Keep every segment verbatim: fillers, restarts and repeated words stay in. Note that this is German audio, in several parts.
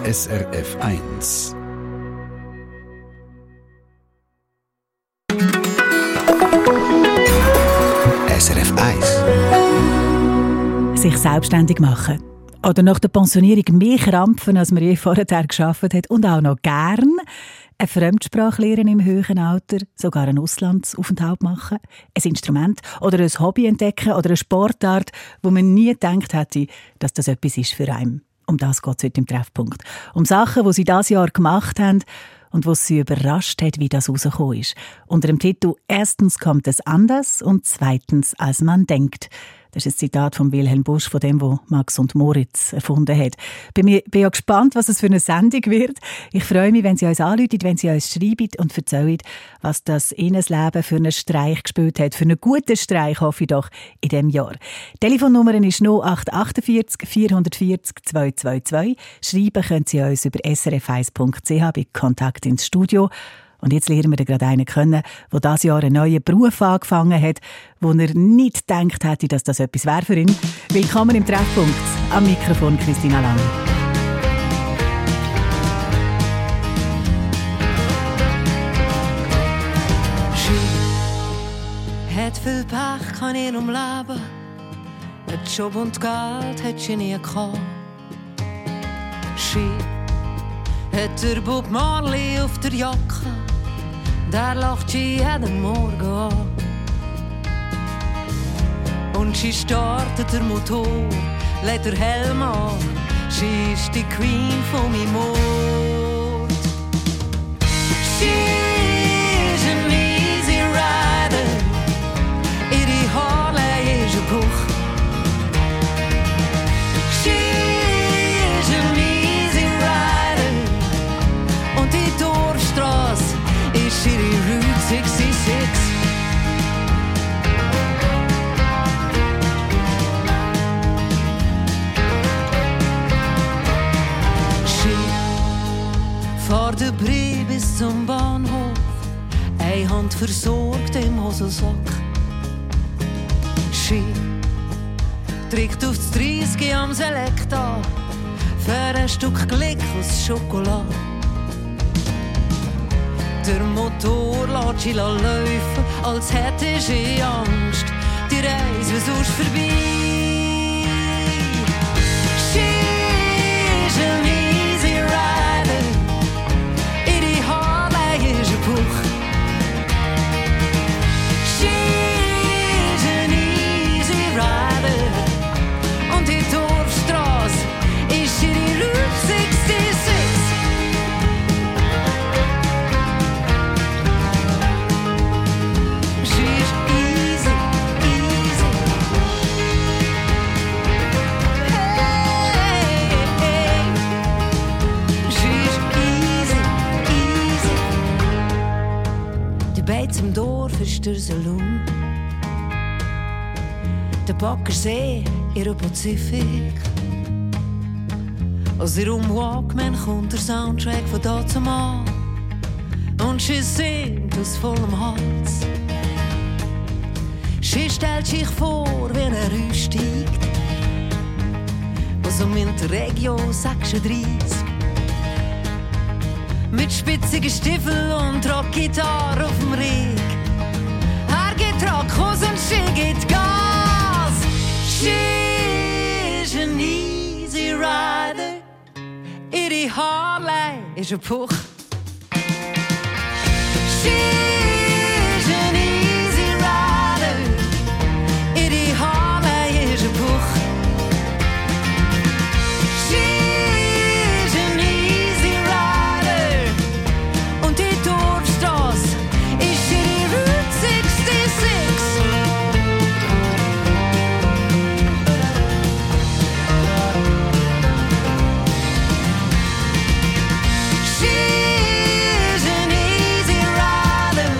S R F eins. S R F eins. Sich selbstständig machen. Oder nach der Pensionierung mehr krampfen, als man je vorher gearbeitet hat. Und auch noch gern eine Fremdsprache lernen im höheren Alter. Sogar einen Auslandsaufenthalt machen. Ein Instrument oder ein Hobby entdecken oder eine Sportart, wo man nie gedacht hätte, dass das etwas ist für einen. Um das geht es heute im Treffpunkt. Um Sachen, die sie dieses Jahr gemacht haben und was sie überrascht hat, wie das rausgekommen ist. Unter dem Titel «Erstens kommt es anders und zweitens, als man denkt». Das ist ein Zitat von Wilhelm Busch, von dem, was Max und Moritz erfunden hat. Bin, mir, bin ja gespannt, was es für eine Sendung wird. Ich freue mich, wenn Sie uns anrufen, wenn Sie uns schreiben und erzählen, was das Innenleben für einen Streich gespielt hat. Für einen guten Streich, hoffe ich doch, in diesem Jahr. Die Telefonnummer ist null acht acht vier vier vier null zwei zwei zwei. Schreiben können Sie uns über s r f eins punkt c h bei Kontakt ins Studio. Und jetzt lernen wir gerade einen kennen, der dieses Jahr einen neuen Beruf angefangen hat, wo er nicht gedacht hätte, dass das etwas wäre für ihn. Willkommen im Treffpunkt. Am Mikrofon Christina Lang. Sie hat viel Pech, kann ihr umleben. Ein Job und Geld hat sie nie gehabt. Sie hat der Bob Marley auf der Jacke. Der lacht sie jeden Morgen an. Und sie startet der Motor, lädt der Helm an. Sie ist die Queen von meinem Mord. Sie ist ein easy rider. Ihre Harley ist ein Buch. Sie ist ein easy rider. Und die Dorfstrasse ist ihre Route sechsundsechzig. Sie fährt den Brie bis zum Bahnhof, eine Hand versorgt im Hosensack. Sie trägt auf das dreißig am Select an, für ein Stück Glück aus Schokolade. Der Motor lässt sie laufen, als hätte sie Angst. Die Reise wäre sonst vorbei. Sie ist ein easy rider. Ihre Harley ist ein Buch. Sie ist ein easy rider. Und die Dorfstrasse ist ihre Route sechsundsechzig. Zum Dorf ist der Saloon. Der Baggersee, ihr Pazifik. Aus ihrem Walkman kommt der Soundtrack von da zum Mann. Und sie singt aus vollem Hals. Sie stellt sich vor, wenn er aussteigt. Was um in der Region sechsunddreißig. Mit spitzigen Stiefeln und Rockgitarre auf dem Rig. Er geht Rockhaus und sie geht Gas. Sie ist ein easy rider. Ihre Harley ist ein Puch. Sie ist ein easy rider. Ihre Harley ist ein Puch. She's an easy rider.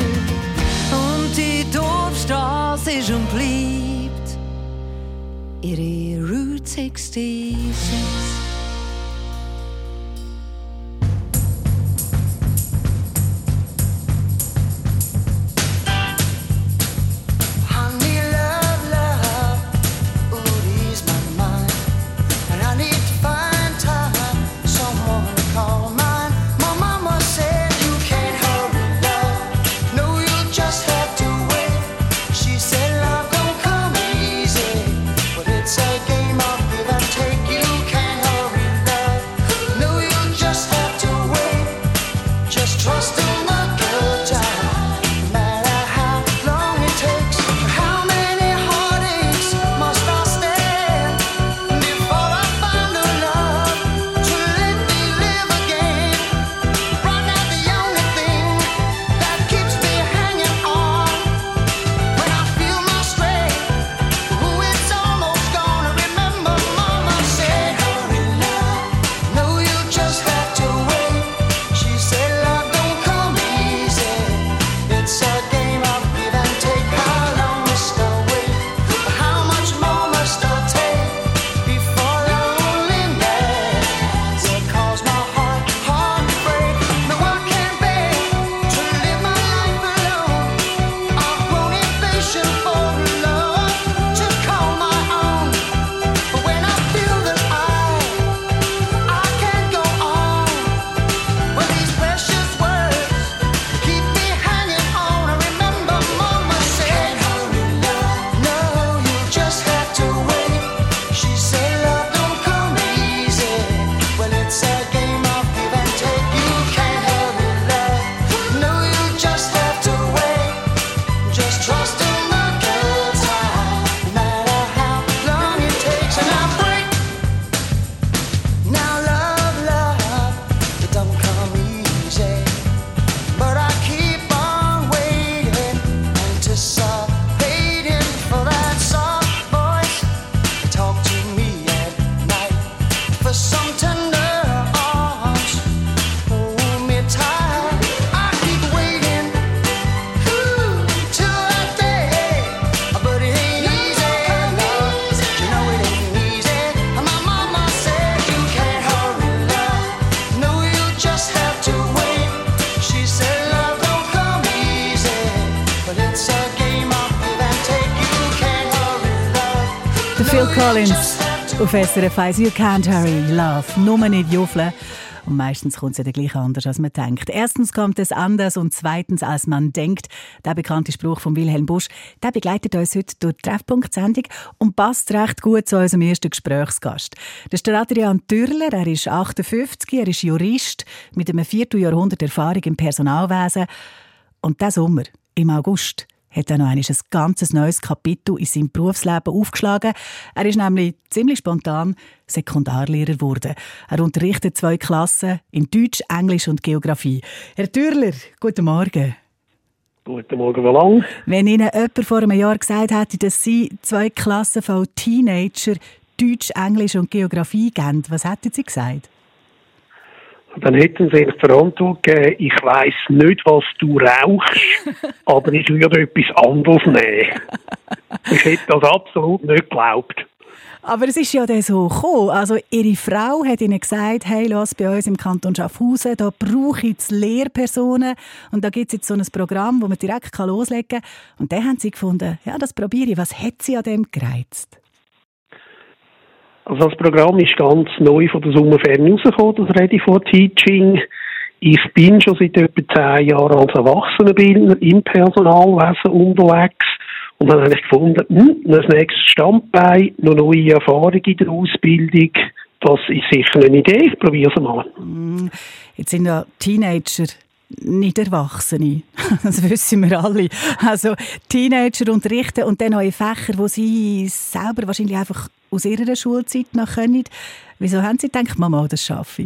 Phil Collins auf S R F eins. You can't hurry, love. Nur nicht juffeln. Und meistens kommt es ja dann gleich anders, als man denkt. Erstens kommt es anders und zweitens, als man denkt. Der bekannte Spruch von Wilhelm Busch, der begleitet uns heute durch die Treffpunkt-Sendung und passt recht gut zu unserem ersten Gesprächsgast. Das ist der Adrian Türler, er ist achtundfünfzig, er ist Jurist mit einem Vierteljahrhundert Erfahrung im Personalwesen. Und diesen Sommer, im August, hat er noch ein ganz neues Kapitel in seinem Berufsleben aufgeschlagen. Er ist nämlich ziemlich spontan Sekundarlehrer geworden. Er unterrichtet zwei Klassen in Deutsch, Englisch und Geografie. Herr Türler, guten Morgen. Guten Morgen, wie lang? Wenn Ihnen jemand vor einem Jahr gesagt hätte, dass Sie zwei Klassen von Teenager Deutsch, Englisch und Geografie geben, was hätten Sie gesagt? Dann hätten sie die Verantwortung gegeben, ich weiss nicht, was du rauchst, aber ich würde etwas anderes nehmen. Ich hätte das absolut nicht geglaubt. Aber es ist ja dann so gekommen. Also Ihre Frau hat Ihnen gesagt, hey, lass bei uns im Kanton Schaffhausen, da brauche ich jetzt Lehrpersonen und da gibt es jetzt so ein Programm, wo man direkt loslegen kann. Und dann haben Sie gefunden, ja, das probiere ich. Was hat Sie an dem gereizt? Also das Programm ist ganz neu von der Sommerferien rausgekommen, das Ready for Teaching. Ich bin schon seit etwa zehn Jahren als Erwachsenenbildner im Personalwesen unterwegs und habe eigentlich gefunden, hm, das nächste Standbein, noch neue Erfahrungen in der Ausbildung, das ist sicher eine Idee, ich probiere es mal. Jetzt sind ja Teenager nicht Erwachsene, das wissen wir alle. Also Teenager unterrichten und dann neue Fächer, die sie selber wahrscheinlich einfach aus ihrer Schulzeit noch können. Wieso haben Sie gedacht, Mama, das schaffe ich?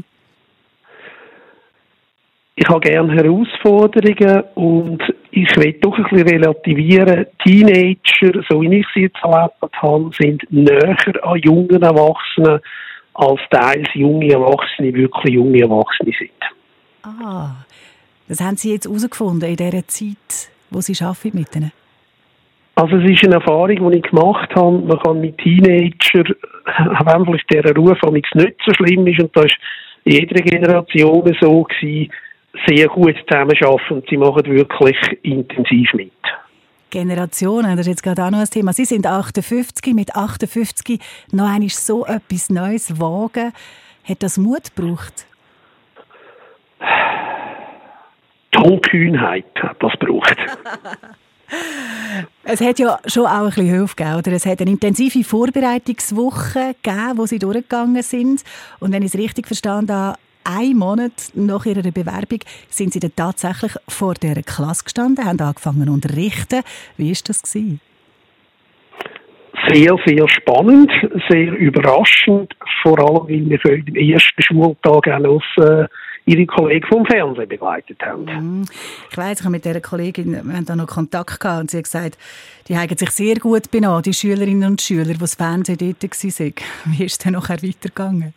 Ich habe gerne Herausforderungen und ich will doch ein bisschen relativieren. Teenager, so wie ich sie jetzt erlebt habe, sind näher an jungen Erwachsenen, als teils junge Erwachsene wirklich junge Erwachsene sind. Ah, das haben Sie jetzt herausgefunden in dieser Zeit, wo Sie arbeiten mit ihnen? Also es ist eine Erfahrung, die ich gemacht habe. Man kann mit Teenagern, wenn vielleicht dieser Ruf nicht so schlimm ist, und das war in jeder Generation so gewesen, sehr gut zusammenarbeiten und sie machen wirklich intensiv mit. Generationen, das ist jetzt gerade auch noch ein Thema. Sie sind achtundfünfzig, mit achtundfünfzig noch einmal so etwas Neues wagen. Hat das Mut gebraucht? Tollkühnheit hat das gebraucht. Es hat ja schon auch ein bisschen Hilfe gegeben, oder? Es hat eine intensive Vorbereitungswoche gegeben, wo Sie durchgegangen sind. Und wenn ich es richtig verstanden habe, einen Monat nach Ihrer Bewerbung sind Sie dann tatsächlich vor dieser Klasse gestanden, haben angefangen zu unterrichten. Wie war das gewesen? Sehr, sehr spannend, sehr überraschend, vor allem, weil wir für den ersten Schultag auch noch äh, Ihre Kollegen vom Fernsehen begleitet haben. Ich weiss, ich habe mit dieser Kollegin, wir haben da noch Kontakt gehabt und sie hat gesagt, die haben sich sehr gut benommen, die Schülerinnen und Schüler, die das Fernsehen dort waren. Wie ist es dann nachher weitergegangen?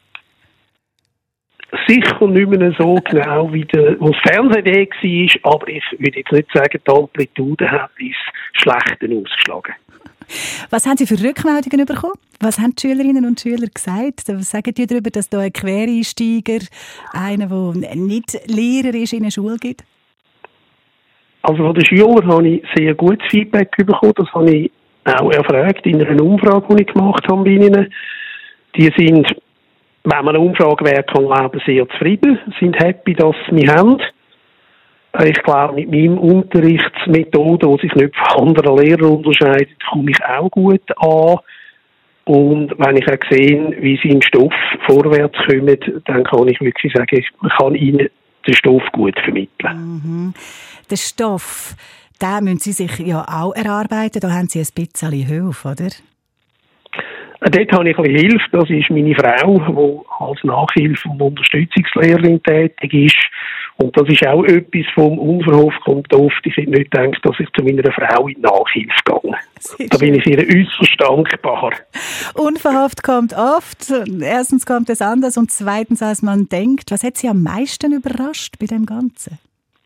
Sicher nicht mehr so genau, wie der, wo das Fernsehen war, aber ich würde jetzt nicht sagen, die Amplitude hat ins Schlechte ausgeschlagen. Was haben Sie für Rückmeldungen bekommen? Was haben die Schülerinnen und Schüler gesagt? Was sagen die darüber, dass da ein Quereinsteiger, einer, der nicht Lehrer ist, in eine Schule gibt? Also von den Schülern habe ich sehr gutes Feedback bekommen. Das habe ich auch erfragt in einer Umfrage, die ich gemacht habe bei ihnen. Die sind, wenn man eine Umfrage wert kann, glauben, sehr zufrieden, sind happy, dass sie mich haben. Ich glaube, mit meinem Unterrichtsmethode, die sich nicht von anderen Lehrern unterscheidet, komme ich auch gut an. Und wenn ich auch sehe, wie sie im Stoff vorwärts kommen, dann kann ich wirklich sagen, man kann ihnen den Stoff gut vermitteln. Mhm. Den Stoff, den müssen Sie sich ja auch erarbeiten. Da haben Sie ein bisschen Hilfe, oder? Dort habe ich ein bisschen Hilfe. Das ist meine Frau, die als Nachhilfe- und Unterstützungslehrerin tätig ist. Und das ist auch etwas vom Unverhofft kommt oft. Ich hätte nicht gedacht, dass ich zu meiner Frau in Nachhilfe gehe. Da bin ich ihr äußerst dankbar. Unverhofft kommt oft. Erstens kommt es anders und zweitens, als man denkt. Was hat Sie am meisten überrascht bei dem Ganzen?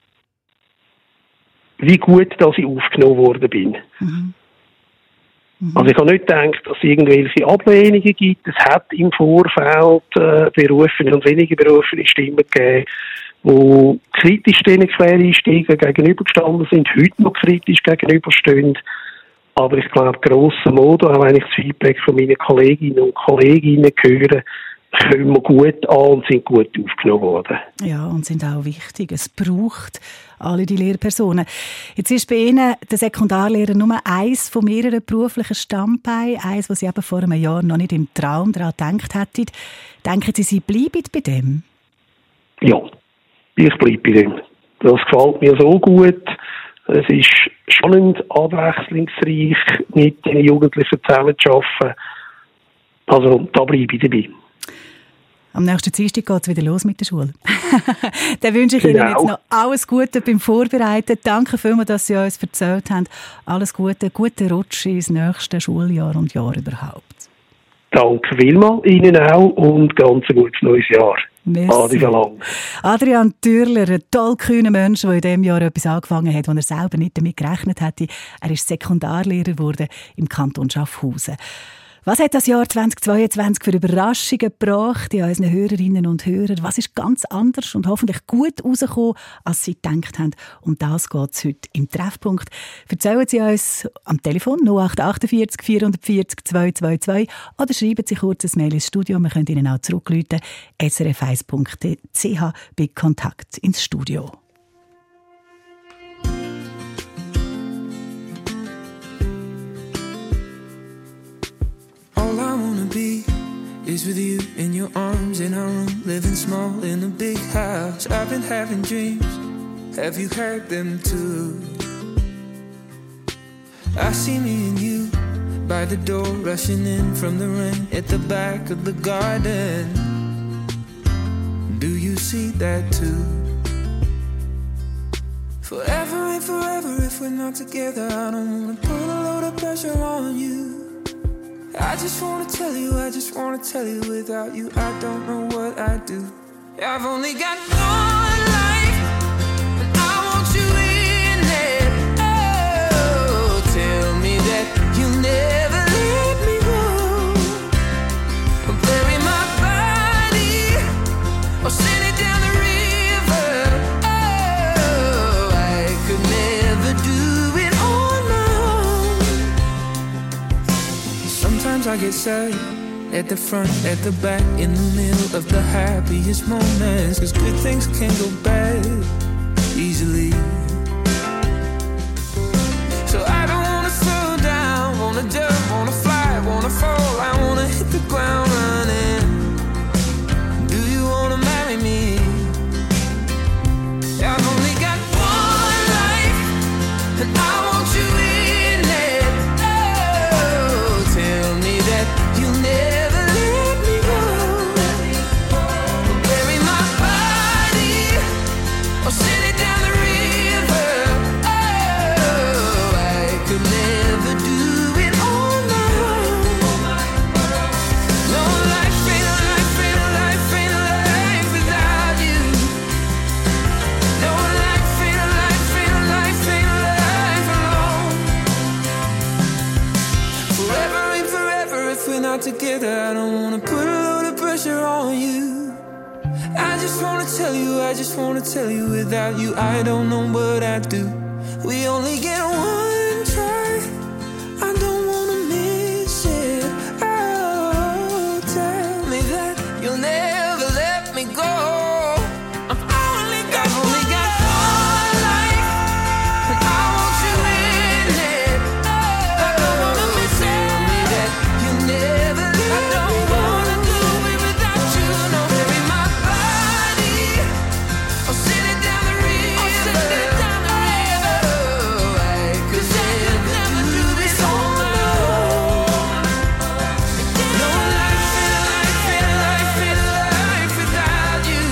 Wie gut, dass ich aufgenommen worden bin. Mhm. Mhm. Also ich habe nicht gedacht, dass es irgendwelche Ablehnungen gibt. Es hat im Vorfeld äh, berufene und weniger berufene Stimmen gegeben, die kritisch den Quereinsteigern gegenübergestanden sind, heute noch kritisch gegenüberstehen. Aber ich glaube, grosso modo, auch wenn ich das Feedback von meinen Kolleginnen und Kollegen höre, kommen wir gut an und sind gut aufgenommen worden. Ja, und sind auch wichtig. Es braucht alle die Lehrpersonen. Jetzt ist bei Ihnen der Sekundarlehrer nur eins von mehreren beruflichen Standbeinen, eins, was Sie eben vor einem Jahr noch nicht im Traum daran gedacht hätten. Denken Sie, Sie bleiben bei dem? Ja, ich bleibe bei dem. Das gefällt mir so gut. Es ist spannend, abwechslungsreich, mit den Jugendlichen zusammenzuarbeiten. Also da bleibe ich dabei. Am nächsten Dienstag geht es wieder los mit der Schule. Dann wünsche ich genau. Ihnen jetzt noch alles Gute beim Vorbereiten. Danke vielmals, dass Sie uns erzählt haben. Alles Gute, guten Rutsch ins nächste Schuljahr und Jahr überhaupt. Danke vielmals Ihnen auch und ganz ein gutes neues Jahr. Merci. Adrian Türler, ein toll kühner Mensch, der in diesem Jahr etwas angefangen hat, wo er selber nicht damit gerechnet hätte. Er ist Sekundarlehrer geworden im Kanton Schaffhausen. Was hat das Jahr zweitausendzweiundzwanzig für Überraschungen gebracht in unseren Hörerinnen und Hörern? Was ist ganz anders und hoffentlich gut rausgekommen, als Sie gedacht haben? Um das geht es heute im Treffpunkt. Erzählen Sie uns am Telefon null acht achtundvierzig vierundvierzig zweihundertzweiundzwanzig oder schreiben Sie kurz ein Mail ins Studio. Wir können Ihnen auch zurückrufen. s r f eins punkt c h bei Kontakt ins Studio. All I wanna be is with you in your arms in our room, living small in a big house. I've been having dreams, have you heard them too? I see me and you by the door, rushing in from the rain at the back of the garden. Do you see that too? Forever and forever if we're not together, I don't wanna put a load of pressure on you. I just wanna tell you, I just wanna tell you, without you I don't know what I'd do. I've only got one life, and I want you in it. Oh, tell me that you'll never let me go. Bury my body, or send it down the river. Oh, I could never do it on my own. Sometimes I get sad, at the front, at the back, in the middle of the happiest moments. Cause good things can go bad easily. So I don't wanna slow down, wanna jump, wanna fly, wanna fall, I wanna hit the ground running. Do you wanna marry me? I've only got one life, and I want you in it. Oh, tell me that you'll never let me go. Bury my body, or send it down the river. Oh, I could never do it on my own. No life ain't a life, ain't a life, ain't a life without you. No life ain't a life, ain't a life, ain't a life alone. Forever and forever if we're not together, I don't wanna put a load of pressure on you. I just wanna tell you, I just wanna tell you, without you I don't know what I'd do. We only get one try, I don't wanna miss it. Oh, tell me that you'll never let me go. I've only got, I've only got one life, and I want you in it. I don't wanna miss it. Tell me that you'll never let me go. I don't wanna do it without you. No, bury my body, or send it down the river. Oh, I could never do this on my own. No life, ain't a life, ain't a life, ain't a life without you.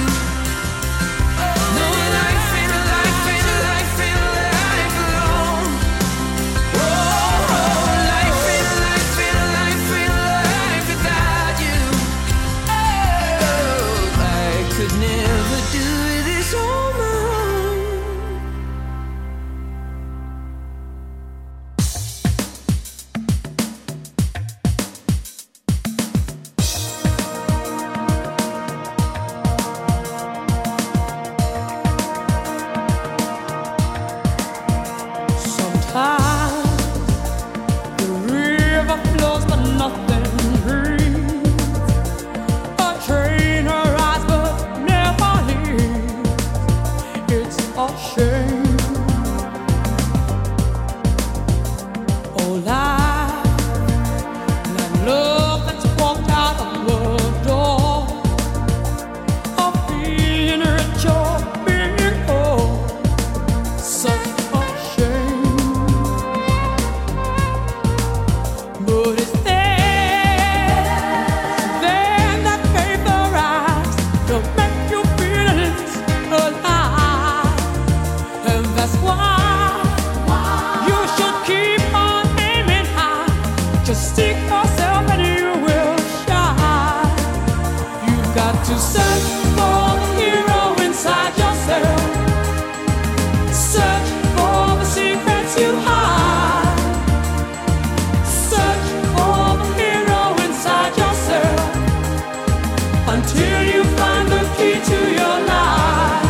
to search for the hero inside yourself. Search for the secrets you hide. Search for the hero inside yourself until you find the key to your life.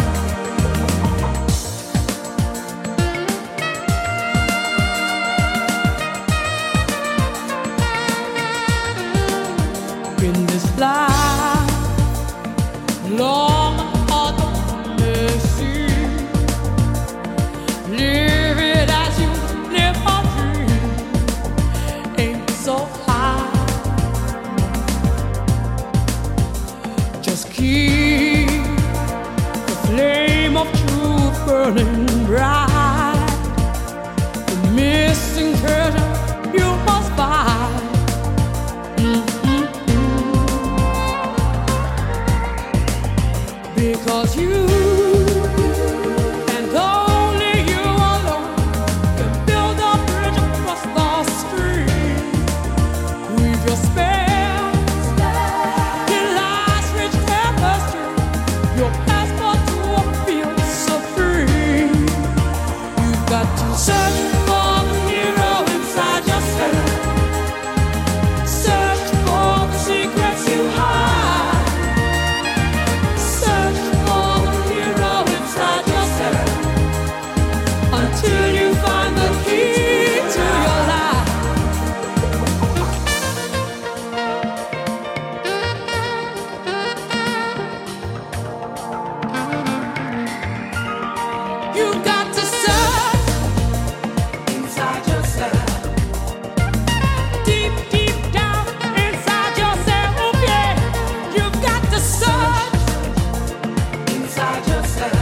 In this life, long hard to see. Live it as you live a dream. Ain't so high. Just keep the flame of truth burning bright. The missing treasure you must find. Because you and only you alone can build a bridge across the stream. Weave your spell in life's rich tapestry, your passport to a field so free. You've got to search for the hero inside yourself. Search for the secrets you hide. Till you find the key to your life. You've got to search inside yourself. Deep, deep down inside yourself, yeah. You've got to search inside yourself.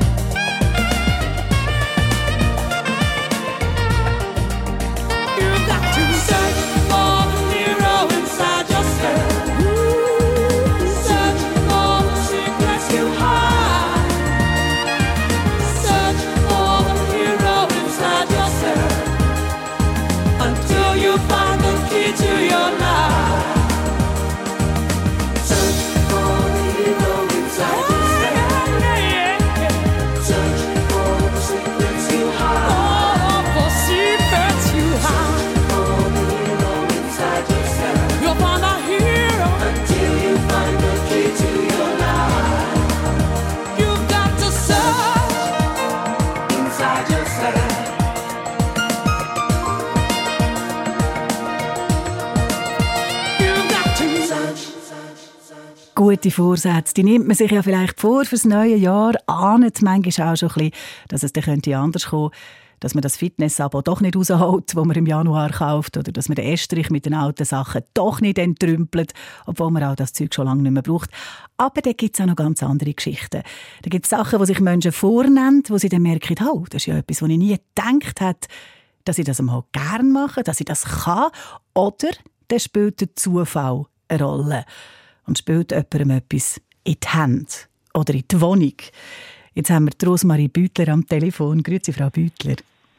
Gute Vorsätze, die nimmt man sich ja vielleicht vor fürs neue Jahr, ahnt manchmal auch schon ein bisschen, dass es dann könnte anders kommen, dass man das Fitness-Abo doch nicht rausholt, das man im Januar kauft, oder dass man den Estrich mit den alten Sachen doch nicht entrümpelt, obwohl man auch das Zeug schon lange nicht mehr braucht. Aber da gibt es auch noch ganz andere Geschichten. Da gibt es Sachen, die sich Menschen vornehmen, wo sie dann merken, oh, das ist ja etwas, was ich nie gedacht hätte, dass ich das einmal gerne mache, dass ich das kann. Oder dann spielt der Zufall eine Rolle. Und spielt jemandem etwas in die Hände oder in die Wohnung. Jetzt haben wir Rosmarie Büttler am Telefon. Grüezi, Frau Büttler.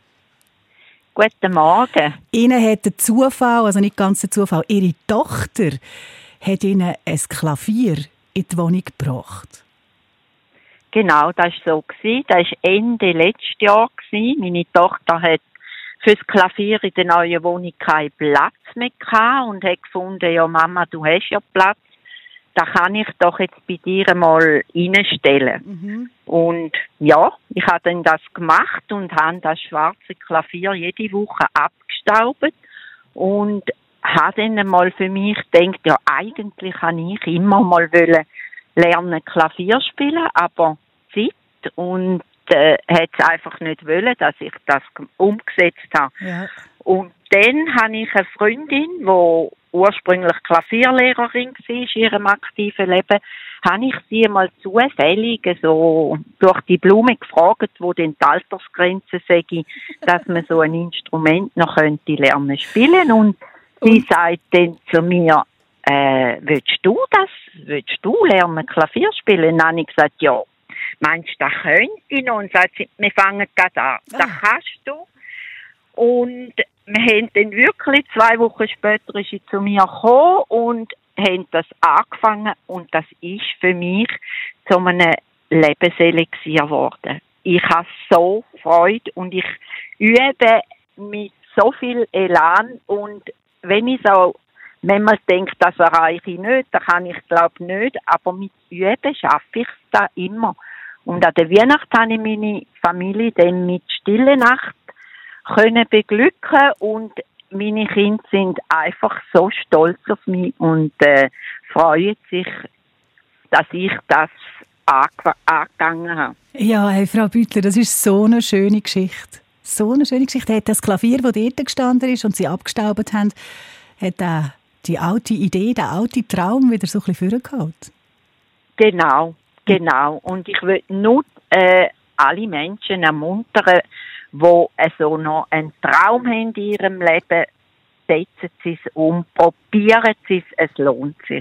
Guten Morgen. Ihnen hat der Zufall, also nicht ganz der Zufall, Ihre Tochter hat Ihnen ein Klavier in die Wohnung gebracht. Genau, das war so. Das war Ende letztes Jahr. Meine Tochter hat für das Klavier in der neuen Wohnung keinen Platz mehr gehabt und hat gefunden, ja Mama, du hast ja Platz. Da kann ich doch jetzt bei dir mal reinstellen. Mhm. Und ja, ich habe dann das gemacht und habe das schwarze Klavier jede Woche abgestaubt und habe dann mal für mich gedacht, ja eigentlich kann ich immer mal lernen Klavier spielen, aber Zeit und äh, hat es einfach nicht wollen, dass ich das umgesetzt habe. Ja. Und dann habe ich eine Freundin, die ursprünglich Klavierlehrerin war in ihrem aktiven Leben, habe ich sie mal zufällig so durch die Blume gefragt, wo denn die Altersgrenze sei, dass man so ein Instrument noch könnte lernen spielen. Und sie und? sagt dann zu mir, äh, willst du das? Willst du lernen Klavier spielen? Und dann habe ich gesagt, ja. Meinst du, das könnte ich noch? Und sagt sie, wir fangen gerade an. Ah. Das kannst du. Und wir haben dann wirklich, zwei Wochen später ist sie zu mir gekommen und haben das angefangen und das ist für mich zu einem Lebenselixier geworden. Ich habe so Freude und ich übe mit so viel Elan und wenn ich so manchmal denke, das erreiche ich nicht, das kann ich glaube nicht, aber mit Üben schaffe ich es da immer. Und an der Weihnacht habe ich meine Familie dann mit Stille Nacht können beglücken und meine Kinder sind einfach so stolz auf mich und äh, freuen sich, dass ich das angegangen habe. Ja, hey, Frau Büttler, das ist so eine schöne Geschichte. So eine schöne Geschichte. Hat das Klavier, das dort gestanden ist und Sie abgestaubt haben, hat auch die alte Idee, der alte Traum wieder so ein bisschen vorgeholt? Genau, genau. Und ich will nur äh, alle Menschen ermuntern, die also noch einen Traum haben in ihrem Leben, setzen Sie es um, probieren Sie es, es lohnt sich.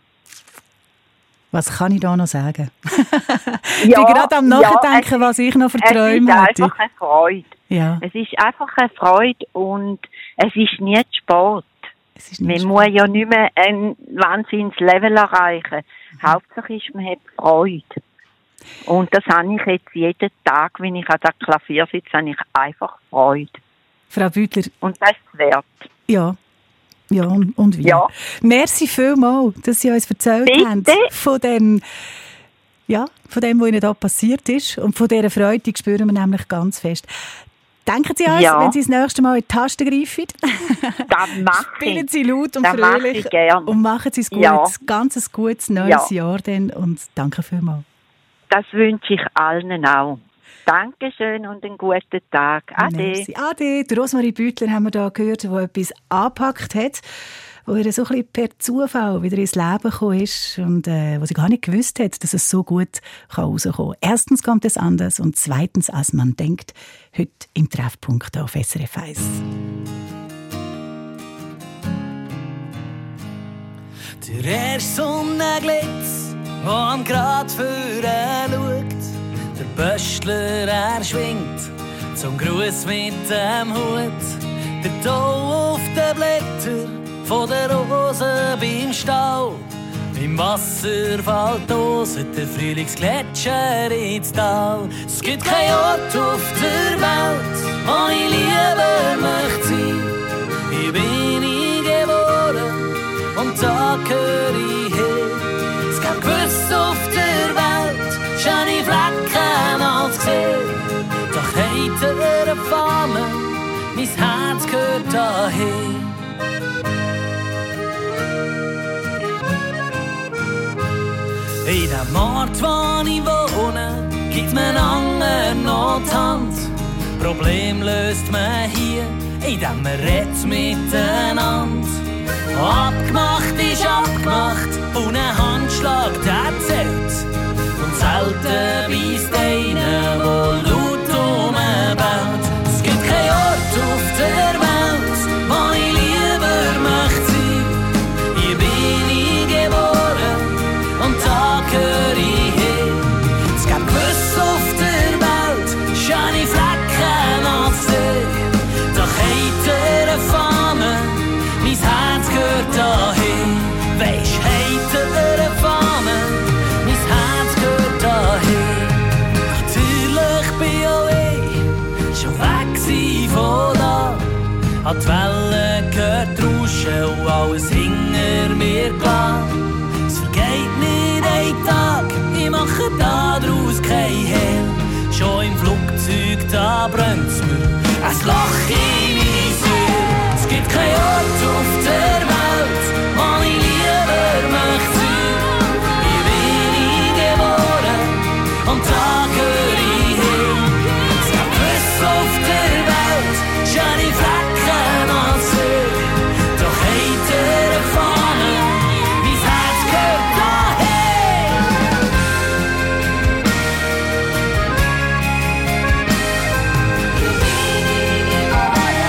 Was kann ich da noch sagen? Ich Ja, bin gerade am Nachdenken, ja, was ich noch für Träume hatte. Es ist hatte. einfach eine Freude. Ja. Es ist einfach eine Freude und es ist nie Sport. Es ist nicht Man Sport. muss ja nicht mehr ein Wahnsinns-Level erreichen. Hauptsache ist, man hat Freude. Und das habe ich jetzt jeden Tag, wenn ich an der Klavier sitze, habe ich einfach Freude. Frau Büttler, Und das ist es wert. ja. Ja, und, und wie? Ja. Merci vielmals, dass Sie uns erzählt Bitte. haben von dem, ja, von dem, was Ihnen da passiert ist. Und von dieser Freude, die spüren wir nämlich ganz fest. Denken Sie an uns, Ja. wenn Sie das nächste Mal in die Tasten greifen. Das mache Spielen ich. Sie laut und Das mache fröhlich. ich gern. Und machen Sie es gut. Ja. Ganz ein gutes neues Ja. Jahr dann. Und danke vielmals. Das wünsche ich allen auch. Dankeschön und einen guten Tag. Ade. Merci. Ade. Die Rosmarie Büttler haben wir da gehört, die etwas angepackt hat, wo ihr so ein bisschen per Zufall wieder ins Leben gekommen ist und äh, wo sie gar nicht gewusst hat, dass es so gut rauskommen kann. Erstens kommt es anders und zweitens, als man denkt, heute im Treffpunkt auf S R F eins. Der erste Sonnenglitz, der am Grad vorne schaut. Der Böstler, er schwingt zum Gruß mit dem Hut. Der Tau auf den Blättern von der Rose beim Stau. Im Wasser fällt aus der Frühlingsgletscher ins Tal. Es gibt keinen Ort auf der Welt, wo ich lieber möchte sein. Hier bin ich geboren und da gehöre ich hin. Es gibt gewiss auf der Welt schöne Flecken als gesehen. Doch hat er Fahne, mein Herz gehört dahin. In dem Ort, wo ich wohne, gibt mir einander noch die Hand. Problem löst man hier, indem man redet miteinander. Abgemacht ist abgemacht und ein Handschlag, der zählt. Und selten beißt einer, der laut rumbaut. Es gibt keinen Ort auf der Welt, wo ich lieber möchte sein. Hier bin ich geboren und da gehöre ich hin. Es gibt gewiss auf der Welt schöne Flecken als See. Doch hat er eine Fahne, mein Herz gehört dahin. Weisst, hat er eine Fahne, mein Herz gehört dahin. Natürlich bin auch ich schon weg gsi von da. Hat die Wellen gehört rauschen und alles hinter mir gelassen. Es vergeht nicht ein Tag, ich mache daraus kein Hehl. Schon im Flugzeug, da brennt's mir ein Loch in meine Seele. Es gibt keinen Ort auf der Welt, wo ich lieber möchte sein. Hier bin ich geboren und da gehöre ich hin. Es gibt gewiss auf der Welt schöne Flecken als See. Doch hat er eine Fahne, mein Herz gehört dahin. Hier bin ich geboren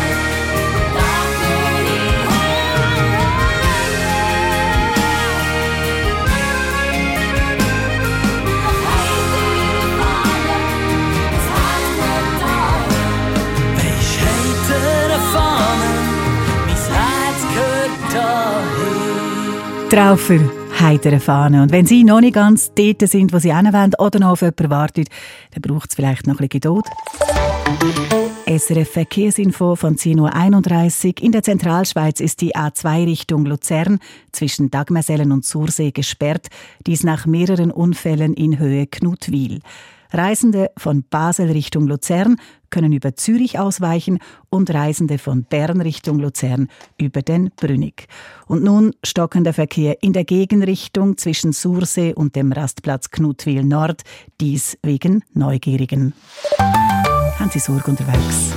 Traufer, heitere Fahne. Und wenn Sie noch nicht ganz dort sind, wo Sie hin wollen oder noch auf jemanden warten, dann braucht es vielleicht noch ein bisschen Geduld. S R F Verkehrsinfo von zehn Uhr einunddreißig. In der Zentralschweiz ist die A zwei Richtung Luzern zwischen Dagmersellen und Sursee gesperrt. Dies nach mehreren Unfällen in Höhe Knutwil. Reisende von Basel Richtung Luzern können über Zürich ausweichen und Reisende von Bern Richtung Luzern über den Brünig. Und nun stockender Verkehr in der Gegenrichtung zwischen Sursee und dem Rastplatz Knutwil Nord, dies wegen Neugierigen. Haben Sie Sorge unterwegs?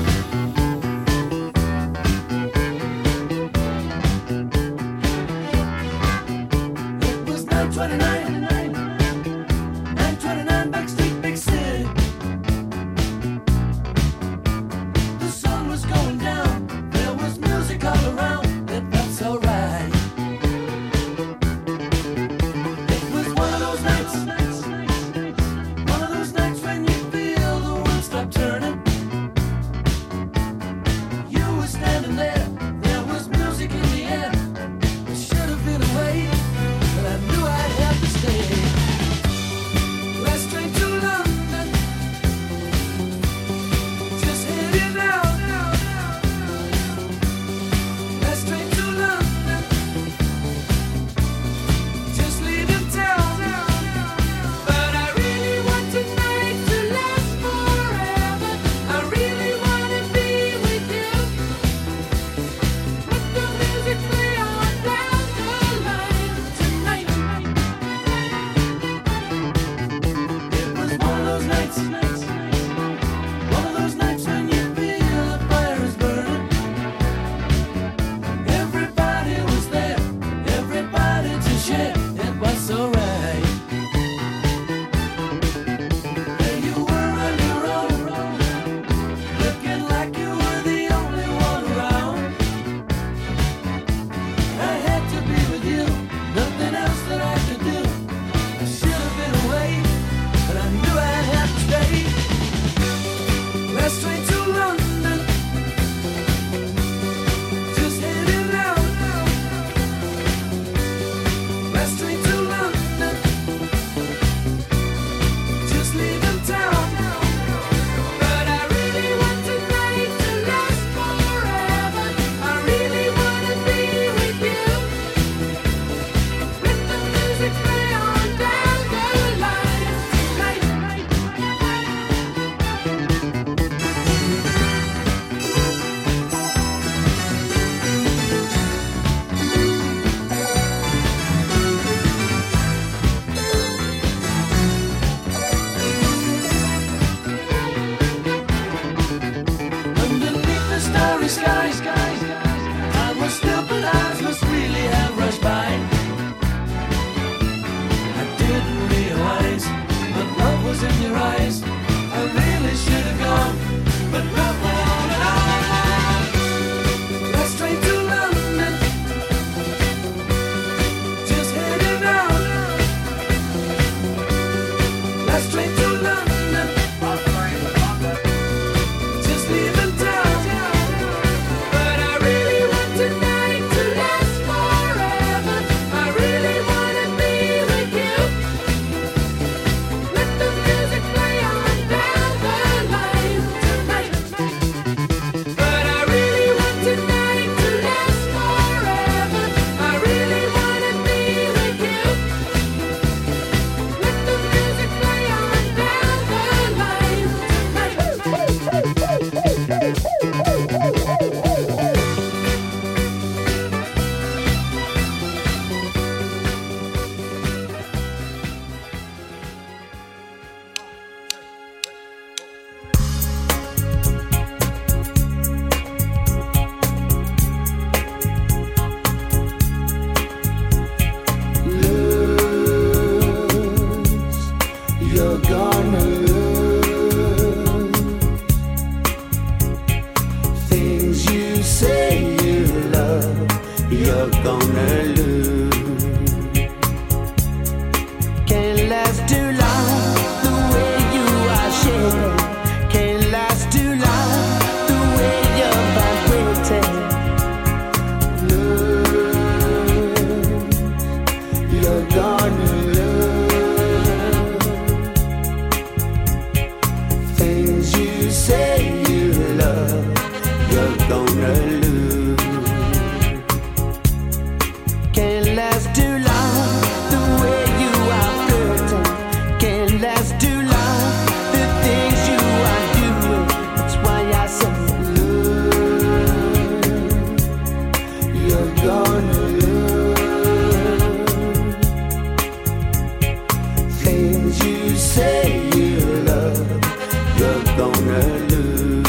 things you say you love, you're gonna lose.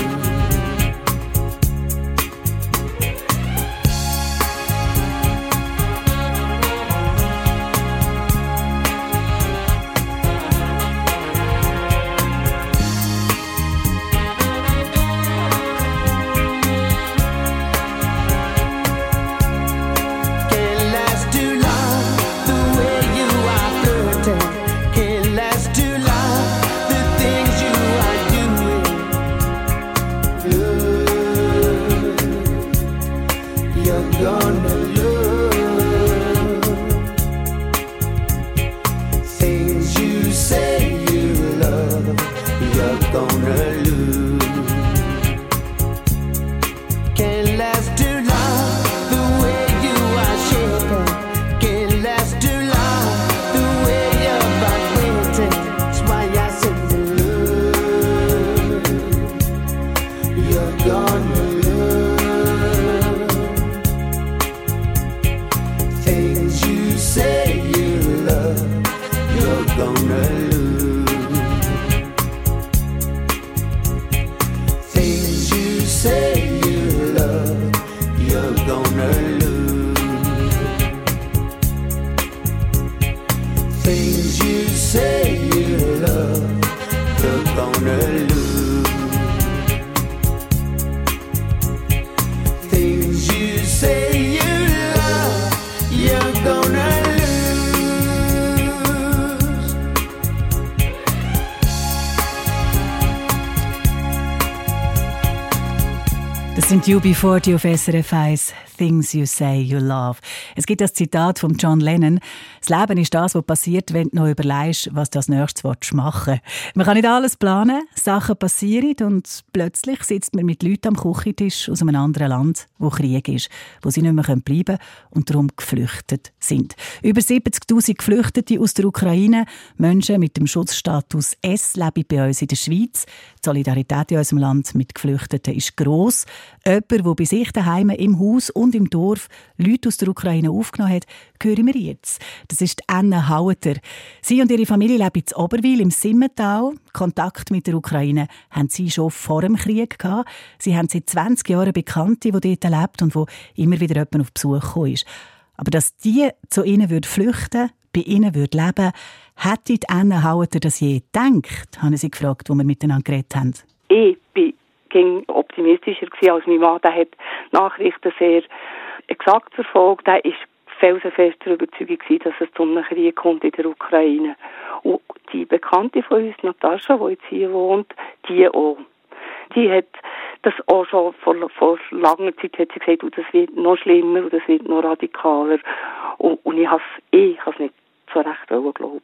Das sind U B vierzig auf S R F eins, «Things you say you love». Es gibt das Zitat von John Lennon: «Das Leben ist das, was passiert, wenn du noch überlegst, was du als nächstes machen willst.» Man kann nicht alles planen, Sachen passieren und plötzlich sitzt man mit Leuten am Küchentisch aus einem anderen Land, wo Krieg ist, wo sie nicht mehr bleiben können und darum geflüchtet sind. Über siebzigtausend Geflüchtete aus der Ukraine, Menschen mit dem Schutzstatus S, leben bei uns in der Schweiz. Die Solidarität in unserem Land mit Geflüchteten ist gross. Jemand, der bei sich daheim im Haus und im Dorf Leute aus der Ukraine aufgenommen hat, hören wir jetzt. Das ist Anna Haueter. Sie und ihre Familie leben in Oberwil im Simmental. Kontakt mit der Ukraine haben sie schon vor dem Krieg gehabt. Sie haben seit zwanzig Jahren Bekannte, die dort lebt und wo immer wieder jemand auf Besuch gekommen ist. Aber dass die zu ihnen flüchten würden, bei ihnen leben würden, hätte Anna Haueter das je gedacht, haben sie gefragt, als wir miteinander geredet haben. Ich bin ging optimistischer gewesen als mein Mann. Der hat Nachrichten sehr exakt verfolgt. Der ist felsenfest der Überzeugung gewesen, dass es zu einem Krieg kommt in der Ukraine. Und die Bekannte von uns, Natascha, die jetzt hier wohnt, die auch. Die hat das auch schon vor, vor langer Zeit hat sie gesagt, und das wird noch schlimmer und das wird noch radikaler. Und, und ich habe es nicht so recht glauben.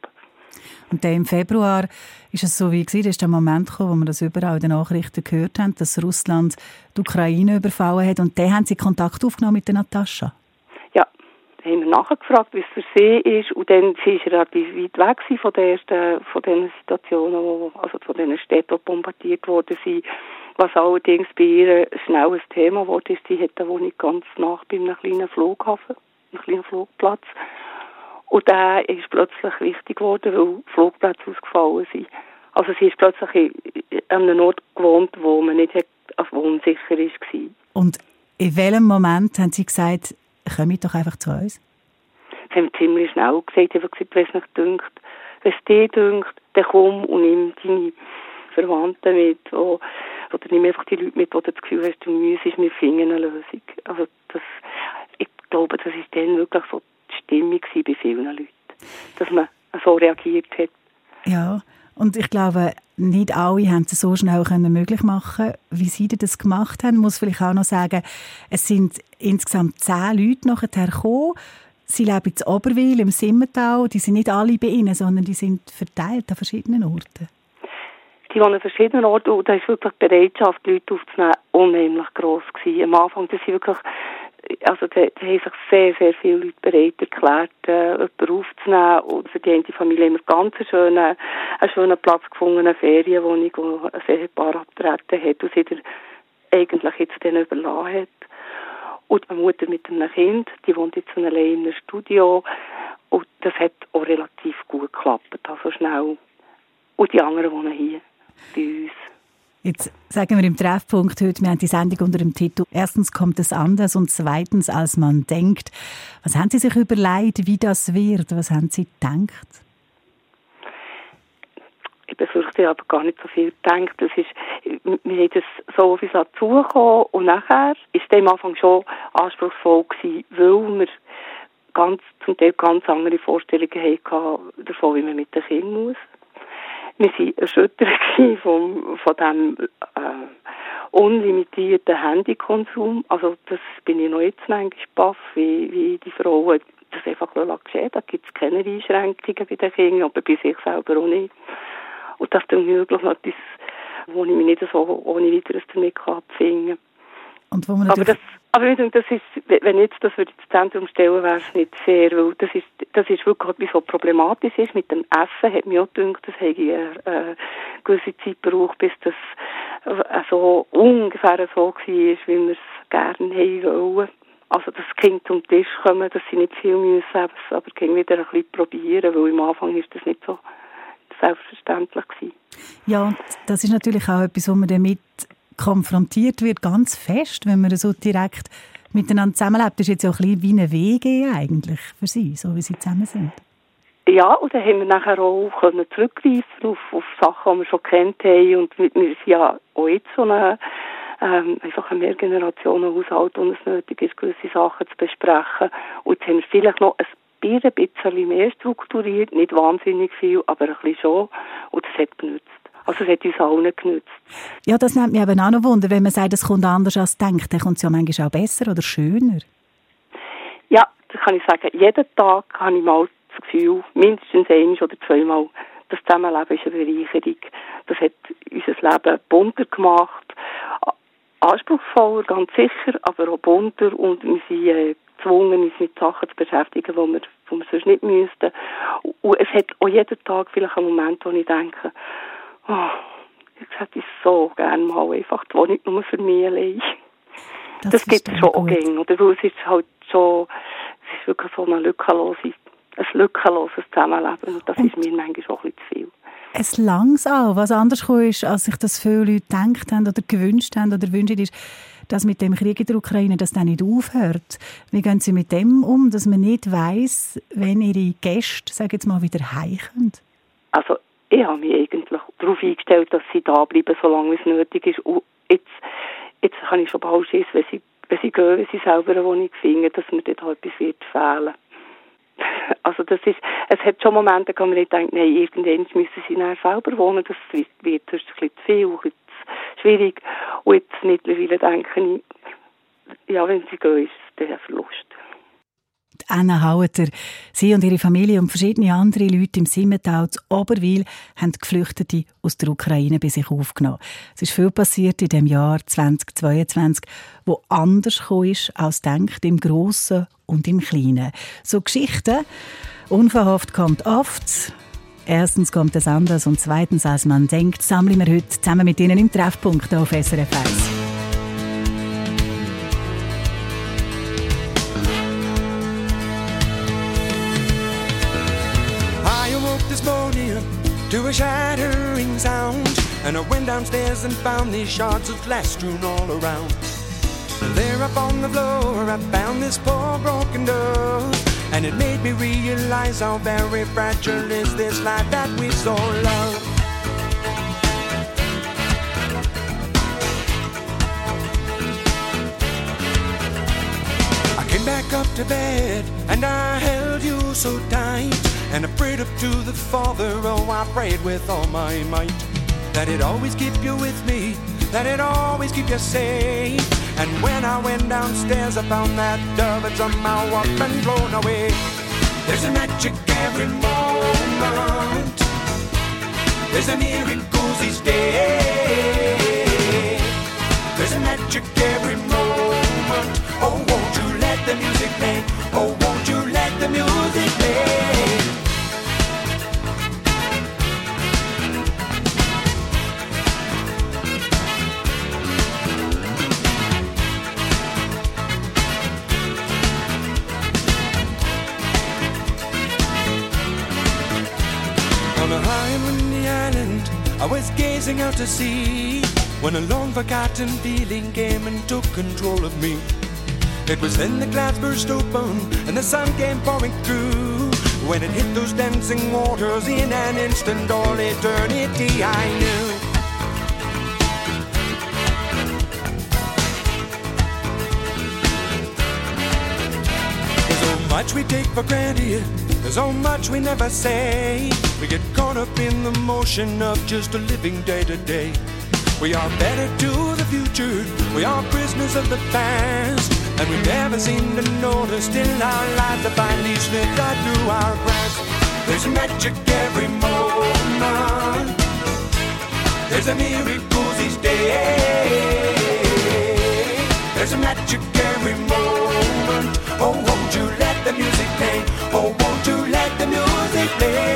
Und dann im Februar war es so wie gewesen, da ist der Moment gekommen, wo wir das überall in den Nachrichten gehört haben, dass Russland die Ukraine überfallen hat. Und dann haben Sie Kontakt aufgenommen mit der Natascha? Ja, da haben wir nachgefragt, wie es für sie ist. Und dann sie ist relativ weit weg von der ersten, von den Situationen, wo, also von den Städten, die bombardiert worden sind. Was allerdings bei ihr schnell ein Thema geworden ist, sie hat eine Wohnung ganz nach bei einem kleinen Flughafen, einem kleinen Flugplatz. Und der ist plötzlich wichtig geworden, weil Flugplätze ausgefallen sind. Also sie ist plötzlich an einem Ort gewohnt, wo man nicht als unsicher war. Und in welchem Moment haben Sie gesagt, komm doch einfach zu uns? Das haben wir ziemlich schnell gesagt. Ich habe gesagt, wenn es nicht dünkt, wenn es dir dünkt, dann komm und nimm deine Verwandten mit. Oder nimm einfach die Leute mit, die du das Gefühl hast, du müsstest, wir finden eine Lösung. Also das, ich glaube, das ist dann wirklich so Stimmung bei vielen Leuten, dass man so reagiert hat. Ja, und ich glaube, nicht alle haben es so schnell möglich machen, wie Sie das gemacht haben. Ich muss vielleicht auch noch sagen, es sind insgesamt zehn Leute nachher gekommen. Sie leben in Oberwil, im Simmental. Die sind nicht alle bei Ihnen, sondern die sind verteilt an verschiedenen Orten. Die wohnen an verschiedenen Orten und da ist wirklich die Bereitschaft, Leute aufzunehmen, unheimlich gross gewesen. Am Anfang, das sind wirklich Also da, da haben sich sehr, sehr viele Leute bereit erklärt, äh, jemanden aufzunehmen. Und für die eine Familie haben wir ganz einen schönen, einen schönen Platz gefunden, eine Ferienwohnung, die ein Ehepaar abgetreten hat und sie der eigentlich jetzt dann überlassen hat. Und eine Mutter mit einem Kind, die wohnt jetzt allein in einem Studio. Und das hat auch relativ gut geklappt. Also schnell und die anderen wohnen hier bei uns. Jetzt sagen wir im Treffpunkt heute, wir haben die Sendung unter dem Titel «Erstens kommt es anders und zweitens, als man denkt». Was haben Sie sich überlegt, wie das wird? Was haben Sie gedacht? Ich befürchte, ich habe gar nicht so viel gedacht. Das ist, wir haben das so auf uns zugekommen und nachher war es am Anfang schon anspruchsvoll gewesen, weil wir ganz, zum Teil ganz andere Vorstellungen hatten davon, wie man mit den Kindern muss. Wir waren erschüttert von, von diesem äh, unlimitierten Handykonsum. Also das bin ich noch jetzt manchmal baff, wie, wie die Frauen das einfach geschehen. Da gibt es keine Einschränkungen bei den Kindern, aber bei sich selber auch nicht. Und das ist dann wirklich noch etwas, wo ich mich nicht so ohne weiteres damit abfinden kann. Und wo man aber das, aber ich denke, das ist, wenn jetzt das ins Zentrum stellen, wäre es nicht fair, weil das ist, das ist wirklich etwas, was problematisch ist. Mit dem Essen hat mir auch gedacht, das hätte eine äh, gewisse Zeit gebraucht, bis das äh, so ungefähr so war, wie wir es gerne haben wollen. Also das Kind zum Tisch kommen, dass sie nicht viel müssen, aber das Kind wieder ein bisschen probieren, weil am Anfang ist das nicht so selbstverständlich gewesen. Ja, und das ist natürlich auch etwas, wo man damit konfrontiert wird, ganz fest, wenn man so direkt miteinander zusammenlebt. Das ist jetzt auch ein bisschen wie eine W G eigentlich für Sie, so wie Sie zusammen sind. Ja, und dann haben wir nachher auch können zurückgreifen auf, auf Sachen, die wir schon kennt haben. Und wir sind ja auch jetzt so eine, ähm, einfach ein Mehrgenerationen-Haushalt, wo es nötig ist, gewisse Sachen zu besprechen. Und jetzt haben wir vielleicht noch ein ein bisschen mehr strukturiert, nicht wahnsinnig viel, aber ein bisschen schon. Und das hat genützt. Also es hat uns allen genützt. Ja, das nimmt mich eben auch noch Wunder, wenn man sagt, es kommt anders als denkt, dann kommt es ja manchmal auch besser oder schöner. Ja, das kann ich sagen. Jeden Tag habe ich mal das Gefühl, mindestens einmal oder zweimal, das Zusammenleben ist eine Bereicherung. Das hat unser Leben bunter gemacht, anspruchsvoller, ganz sicher, aber auch bunter, und wir sind äh, gezwungen, uns mit Sachen zu beschäftigen, die wir, die wir sonst nicht müssten. Und es hat auch jeden Tag vielleicht einen Moment, wo ich denke, oh, jetzt hätte ich so gerne mal einfach die Wohnung nur für mich allein. Das, das gibt es schon auch gerne, oder? Weil es ist halt schon, es ist wirklich so eine lückenlose, ein lückenloses Zusammenleben, und das und ist mir manchmal auch ein bisschen zu viel. Es langs auch, was anders gekommen ist, als sich das viele Leute gedacht haben oder gewünscht haben oder wünschen, ist, dass mit dem Krieg in der Ukraine das dann nicht aufhört. Wie gehen Sie mit dem um, dass man nicht weiss, wenn Ihre Gäste, sagen jetzt mal, wieder heimkommen? Also ich habe mich eigentlich darauf eingestellt, dass sie da bleiben, solange es nötig ist. Und jetzt, jetzt kann ich schon bald Schiss, wenn sie, wenn sie gehen, wenn sie selber eine Wohnung finden, dass mir dort halt etwas wird fehlen. Also das ist, es hat schon Momente, wo man nicht denkt, nein, irgendwann müssen sie dann selber wohnen, das wird sonst ein bisschen zu viel, ein bisschen zu schwierig. Und jetzt mittlerweile denke ich, ja, wenn sie gehen, ist es ein Verlust. Anna Haueter, sie und ihre Familie und verschiedene andere Leute im Simmental zu Oberwil haben Geflüchtete aus der Ukraine bei sich aufgenommen. Es ist viel passiert in dem Jahr zweitausendzweiundzwanzig, wo anders gekommen ist als denkt, im Grossen und im Kleinen. So Geschichten, unverhofft kommt oft. Erstens kommt es anders und zweitens, als man denkt, sammeln wir heute zusammen mit Ihnen im Treffpunkt auf S R F eins. To a shattering sound, and I went downstairs and found these shards of glass strewn all around. There up on the floor I found this poor broken dove, and it made me realize how very fragile is this life that we so love. I came back up to bed and I held you so tight, and I prayed up to the Father, oh, I prayed with all my might, that He'd always keep you with me, that He'd always keep you safe. And when I went downstairs, I found that dove had somehow up and blown away. There's a magic every moment, there's a near it goes each day. There's a magic every moment, oh, won't you let the music play, oh, won't you let the music play. On a high and windy island I was gazing out to sea when a long-forgotten feeling came and took control of me. It was then the clouds burst open and the sun came pouring through. When it hit those dancing waters in an instant, all eternity I knew. There's so much we take for granted, there's so much we never say. We get caught up in the motion of just a living day to day. We are better to the future, we are prisoners of the past, and we never seem to notice till our lives have finally slipped right through our grasp. There's magic every moment, there's a miracle each day. There's a magic every moment. Oh, won't you let the music play? Oh, won't you let the music play?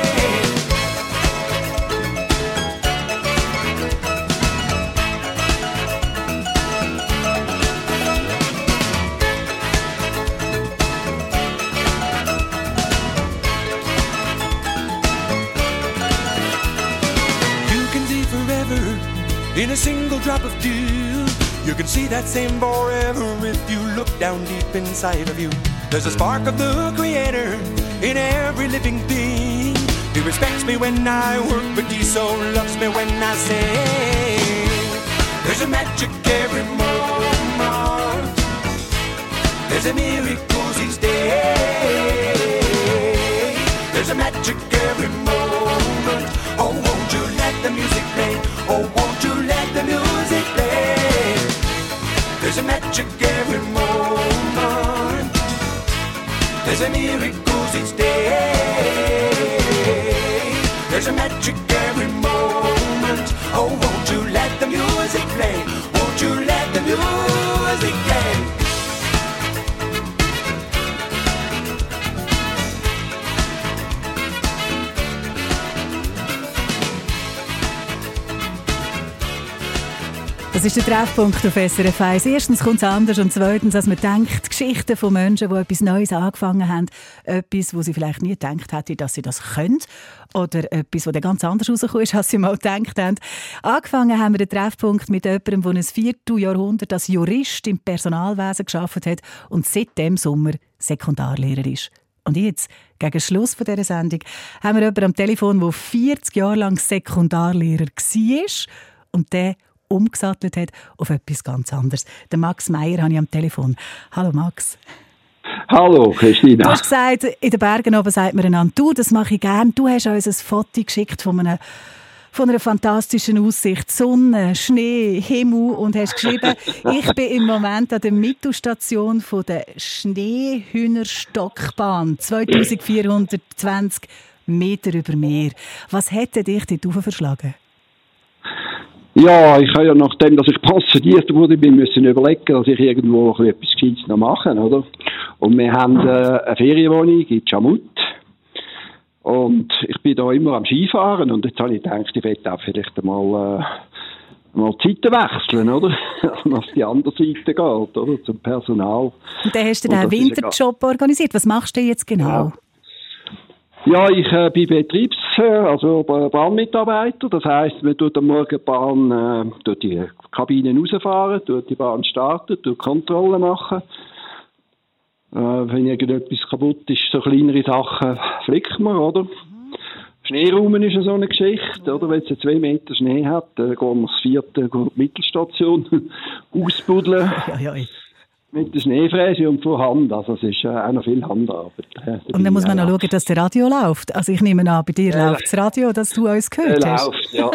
In a single drop of dew, you can see that same forever if you look down deep inside of you. There's a spark of the Creator in every living thing. He respects me when I work, but He so loves me when I sing. There's a magic every moment, there's a miracle each day. There's a magic every moment. Oh, won't you let the music play? Oh, won't you let the music play? There's a magic every moment, there's a miracle each day. There's a magic every moment. Oh, won't you let the music play? Won't you let the music play? Das ist der Treffpunkt auf S R F eins. Erstens kommt es anders und zweitens, als man denkt, Geschichten von Menschen, die etwas Neues angefangen haben, etwas, wo sie vielleicht nie gedacht hätten, dass sie das können, oder etwas, das ganz anders rausgekommen ist, als sie mal gedacht haben. Angefangen haben wir den Treffpunkt mit jemandem, der ein Vierteljahrhundert als Jurist im Personalwesen gearbeitet hat und seit dem Sommer Sekundarlehrer ist. Und jetzt, gegen Schluss von dieser Sendung, haben wir jemanden am Telefon, der vierzig Jahre lang Sekundarlehrer war und der umgesattelt hat auf etwas ganz anderes. Den Max Meyer habe ich am Telefon. Hallo Max. Hallo Christina. Du hast gesagt, in den Bergen oben sagt man einander «Du, das mache ich gerne». Du hast uns ein Foto geschickt von einer, von einer fantastischen Aussicht. Sonne, Schnee, Himmel und hast geschrieben, ich bin im Moment an der Mittelstation von der Schneehühnerstockbahn. zweitausendvierhundertzwanzig Meter über Meer. Was hätte dich dort rauf verschlagen? Ja, ich habe ja nachdem, dass ich pensioniert wurde, bin müssen überlegen, dass ich irgendwo etwas Gescheites noch mache, oder? Und wir haben äh, eine Ferienwohnung in Chamut. Und ich bin da immer am Skifahren und jetzt habe ich gedacht, ich werde auch vielleicht einmal, äh, mal die Seite wechseln, oder? Dass auf die andere Seite geht, oder? Zum Personal. Und dann hast du den Winterjob organisiert. Was machst du jetzt genau? Ja. Ja, ich äh, bin Betriebs-, also Bahnmitarbeiter. Das heisst, man tut am Morgen die Bahn, äh, tut die Kabinen rausfahren, tut die Bahn starten, tut Kontrollen machen. Äh, wenn irgendetwas kaputt ist, so kleinere Sachen flickt man, oder? Mhm. Schneeraumen ist ja so eine Geschichte, mhm. oder? Wenn es zwei Meter Schnee hat, dann gehen wir das vierte die Mittelstation ausbuddeln. Ja, ja, ja. Mit der Schneefräse und von Hand. Also es ist äh, auch noch viel Handarbeit. Und dann muss man noch schauen, dass der Radio läuft. Also ich nehme an, bei dir ja. läuft das Radio, dass du uns gehört der hast. läuft, ja.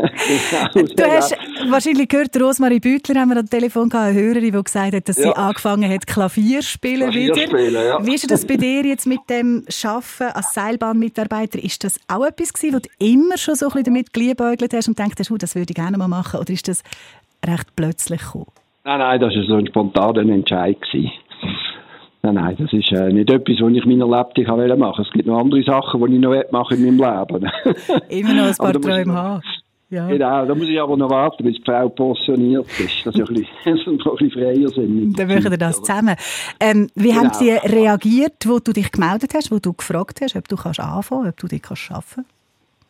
Du hast wahrscheinlich gehört, Rosmarie Büttler haben wir am Telefon gehabt, eine Hörerin, die gesagt hat, dass ja. sie angefangen hat, Klavier spielen Klavier wieder. Spielen, ja. Wie ist das bei dir jetzt mit dem Arbeiten als Seilbahnmitarbeiter? Ist das auch etwas gewesen, wo du immer schon so ein bisschen damit geliebäugelt hast und gedacht hast, oh, das würde ich gerne mal machen? Oder ist das recht plötzlich gekommen? Nein, nein, das war so ein spontaner Entscheid. Nein, nein, das ist äh, nicht etwas, was ich in meiner Lebenswelt machen wollte. Es gibt noch andere Sachen, die ich noch machen in meinem Leben. Immer noch ein paar Träume haben. Ja. Genau, da muss ich aber noch warten, bis die Frau pensioniert ist. Das ist ein bisschen, ein bisschen freier sind. Dann machen wir das zusammen. Ähm, wie genau. haben die reagiert, wo du dich gemeldet hast, wo du gefragt hast, ob du kannst anfangen, ob du dich kannst arbeiten?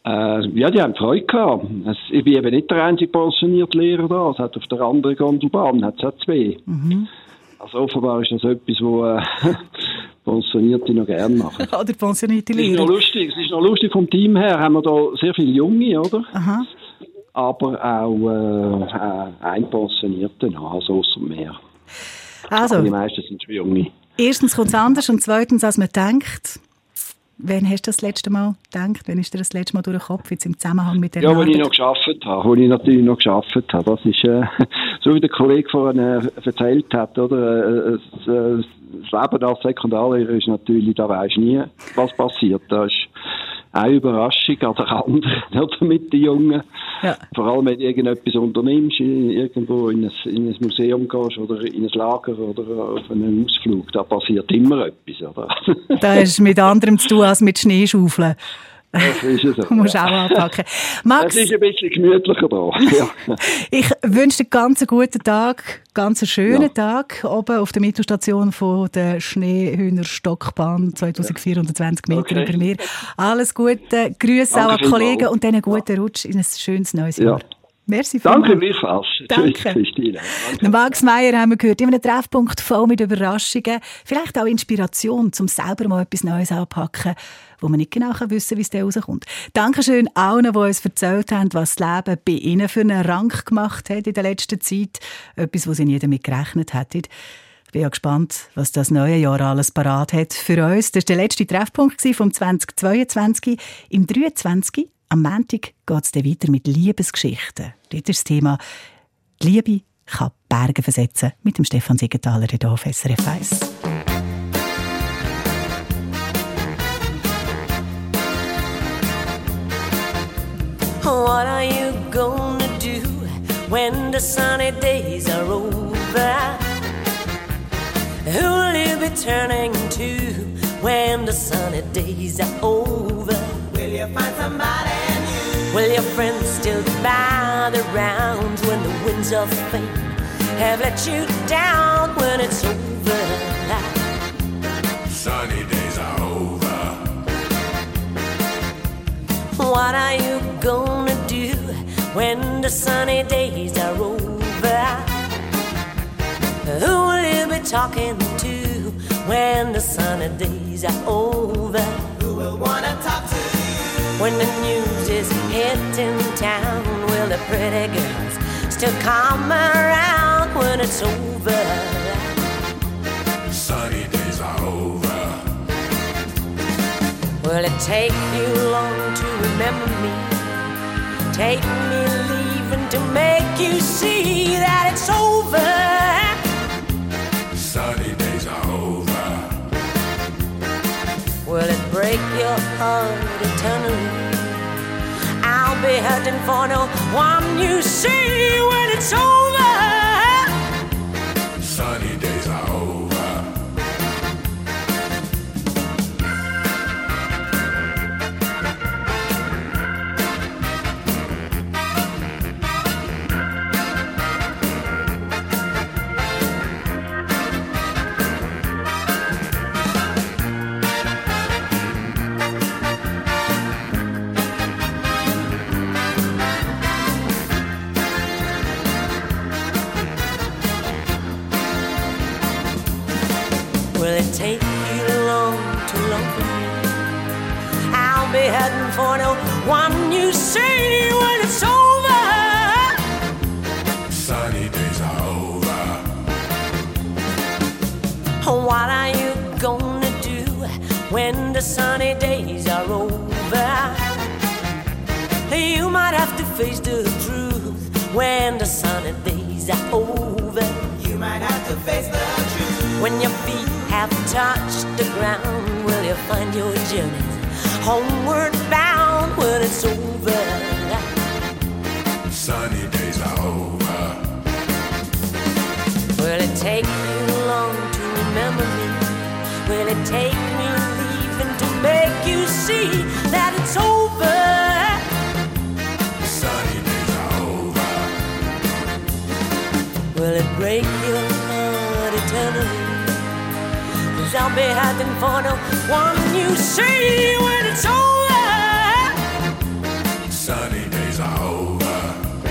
Äh, ja, die haben Freude gehabt. Es, ich bin eben nicht der einzige pensionierte Lehrer da. Es hat auf der anderen Gondelbahn hat's auch zwei. Mhm. Also offenbar ist das etwas, wo äh, Pensionierte noch gerne machen. Oder pensionierte Lehrer. Es ist noch lustig, es ist noch lustig vom Team her, haben wir da sehr viele Junge, oder? Aha. Aber auch äh, ein Pensionierter, also ausser mehr. Also, aber die meisten sind schon Junge. Erstens kommt es anders und zweitens, als man denkt. Wann hast du das letzte Mal gedacht? Wann ist dir das letzte Mal durch den Kopf jetzt im Zusammenhang mit der Ja, Arbeit? als ich noch gearbeitet habe. Wo ich natürlich noch gearbeitet habe. Das ist, äh, so wie der Kollege vorhin äh, erzählt hat, oder? Äh, das, äh, das Leben als Sekundarlehrer ist natürlich, da weisst du nie, was passiert. Da ist eine Überraschung an der anderen, oder? Mit den Jungen. Ja. Vor allem, wenn du irgendetwas unternimmst, irgendwo in ein, in ein Museum gehst oder in ein Lager oder auf einen Ausflug, da passiert immer etwas, oder? Da hast du mit anderem zu tun als mit Schneeschaufeln. Das ist es so. Du musst auch anpacken. Max, es ist ein bisschen gemütlicher da. Ja. Ich wünsche dir einen ganz guten Tag, ganz einen schönen ja. Tag oben auf der Mittelstation von der Schneehühnerstockbahn, zweitausendvierhundertzwanzig Meter okay. über mir. Alles Gute, Grüße auch an die Kollegen und einen guten ja. Rutsch in ein schönes neues Jahr. Ja. Merci Danke, gleichfalls. Danke. Tschüss, Christine. Danke. Max Meyer haben wir gehört, immer einen Treffpunkt voll mit Überraschungen, vielleicht auch Inspiration, um selber mal etwas Neues anzupacken, wo man nicht genau wissen kann, wie es da rauskommt. Dankeschön allen, die uns erzählt haben, was das Leben bei ihnen für einen Rang gemacht hat in der letzten Zeit. Etwas, wo sie nie damit gerechnet hätten. Ich bin ja gespannt, was das neue Jahr alles parat hat für uns. Das war der letzte Treffpunkt vom zweitausendzweiundzwanzig. Im dreiundzwanzig. Am Montag geht es dann weiter mit Liebesgeschichten. Dort ist das Thema «Die Liebe kann Berge versetzen» mit dem Stefan Siegenthaler hier auf S R F eins. What are you gonna do when the sunny days are over? Who will you be turning to when the sunny days are over? Will you find somebody new? Will your friends still bow their rounds when the winds of fate have let you down when it's over? Sunny days are over. What are you gonna do when the sunny days are over? Who will you be talking to when the sunny days are over? Who will wanna talk to you when the news is hitting town? Will the pretty girls still come around when it's over? Sunny days are over. Will it take you long to remember me? Take me leaving to make you see that it's over? Sunny days are over. Will it break your heart eternally? I'll be hurting for no one you see when it's over. Sunny days are over. Take you long, too long for me. I'll be heading for no one you see when it's over. Sunny days are over. What are you gonna do when the sunny days are over? You might have to face the truth when the sunny days are over. You might have to face the truth when your feet have touched the ground. Will you find your journey homeward bound when it's over? Sunny days are over. Will it take you long to remember me? Will it take me leaving to make you see that it's over? Sunny days are over. Will it break your heart eternally? I'll be heading for no one you see when it's over. days are over.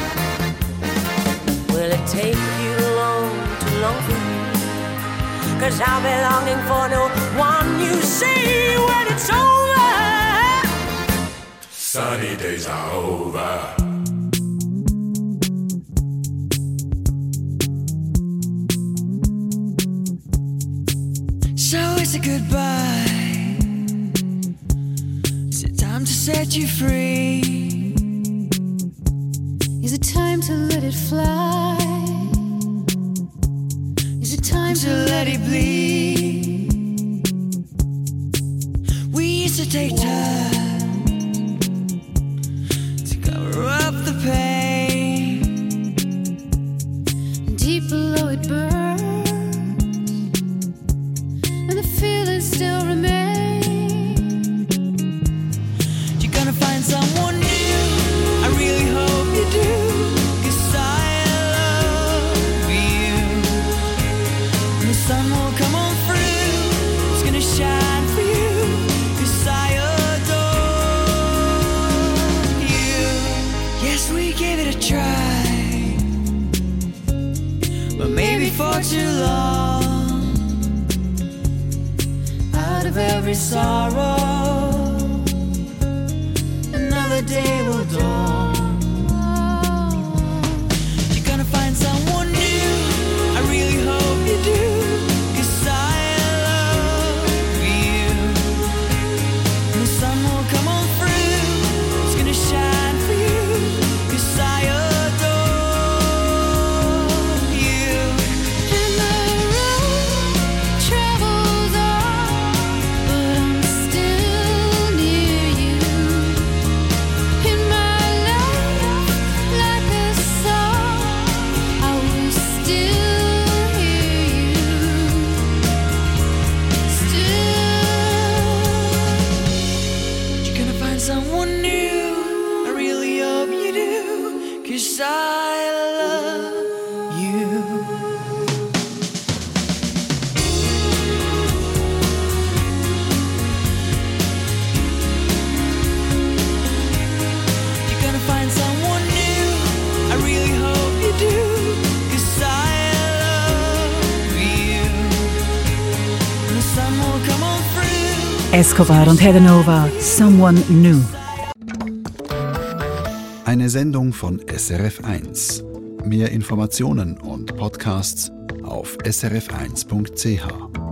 Will it take you long, too long for me? 'Cause I'll be longing for no one you see when it's over. Sunny days are over. So it's a goodbye. Is it time to set you free? Is it time to let it fly? Is it time to let it bleed? We used to take time to cover up the pain. Deep below it burns, and the feelings still remain. You're gonna find someone new, I really hope you do, 'cause I love you. And the sun will come on through, it's gonna shine for you, 'cause I adore you. Yes, we gave it a try, but maybe for too long. Out of every sorrow, another day will dawn. You're gonna find someone new, I really hope you do, 'cause I love you. And the sun will come on through, it's gonna shine for you, 'cause I adore you. And the road travels on, but I'm still near you. In my life, like a song, I will still hear you. Still. You're gonna find someone new, I really hope you do, 'cause I love you. You're gonna find someone new, I really hope you do, 'cause I love you. And the sun will come on through. Escobar und Heather Nova, Someone New. Eine Sendung von S R F eins. Mehr Informationen und Podcasts auf s r f eins punkt c h.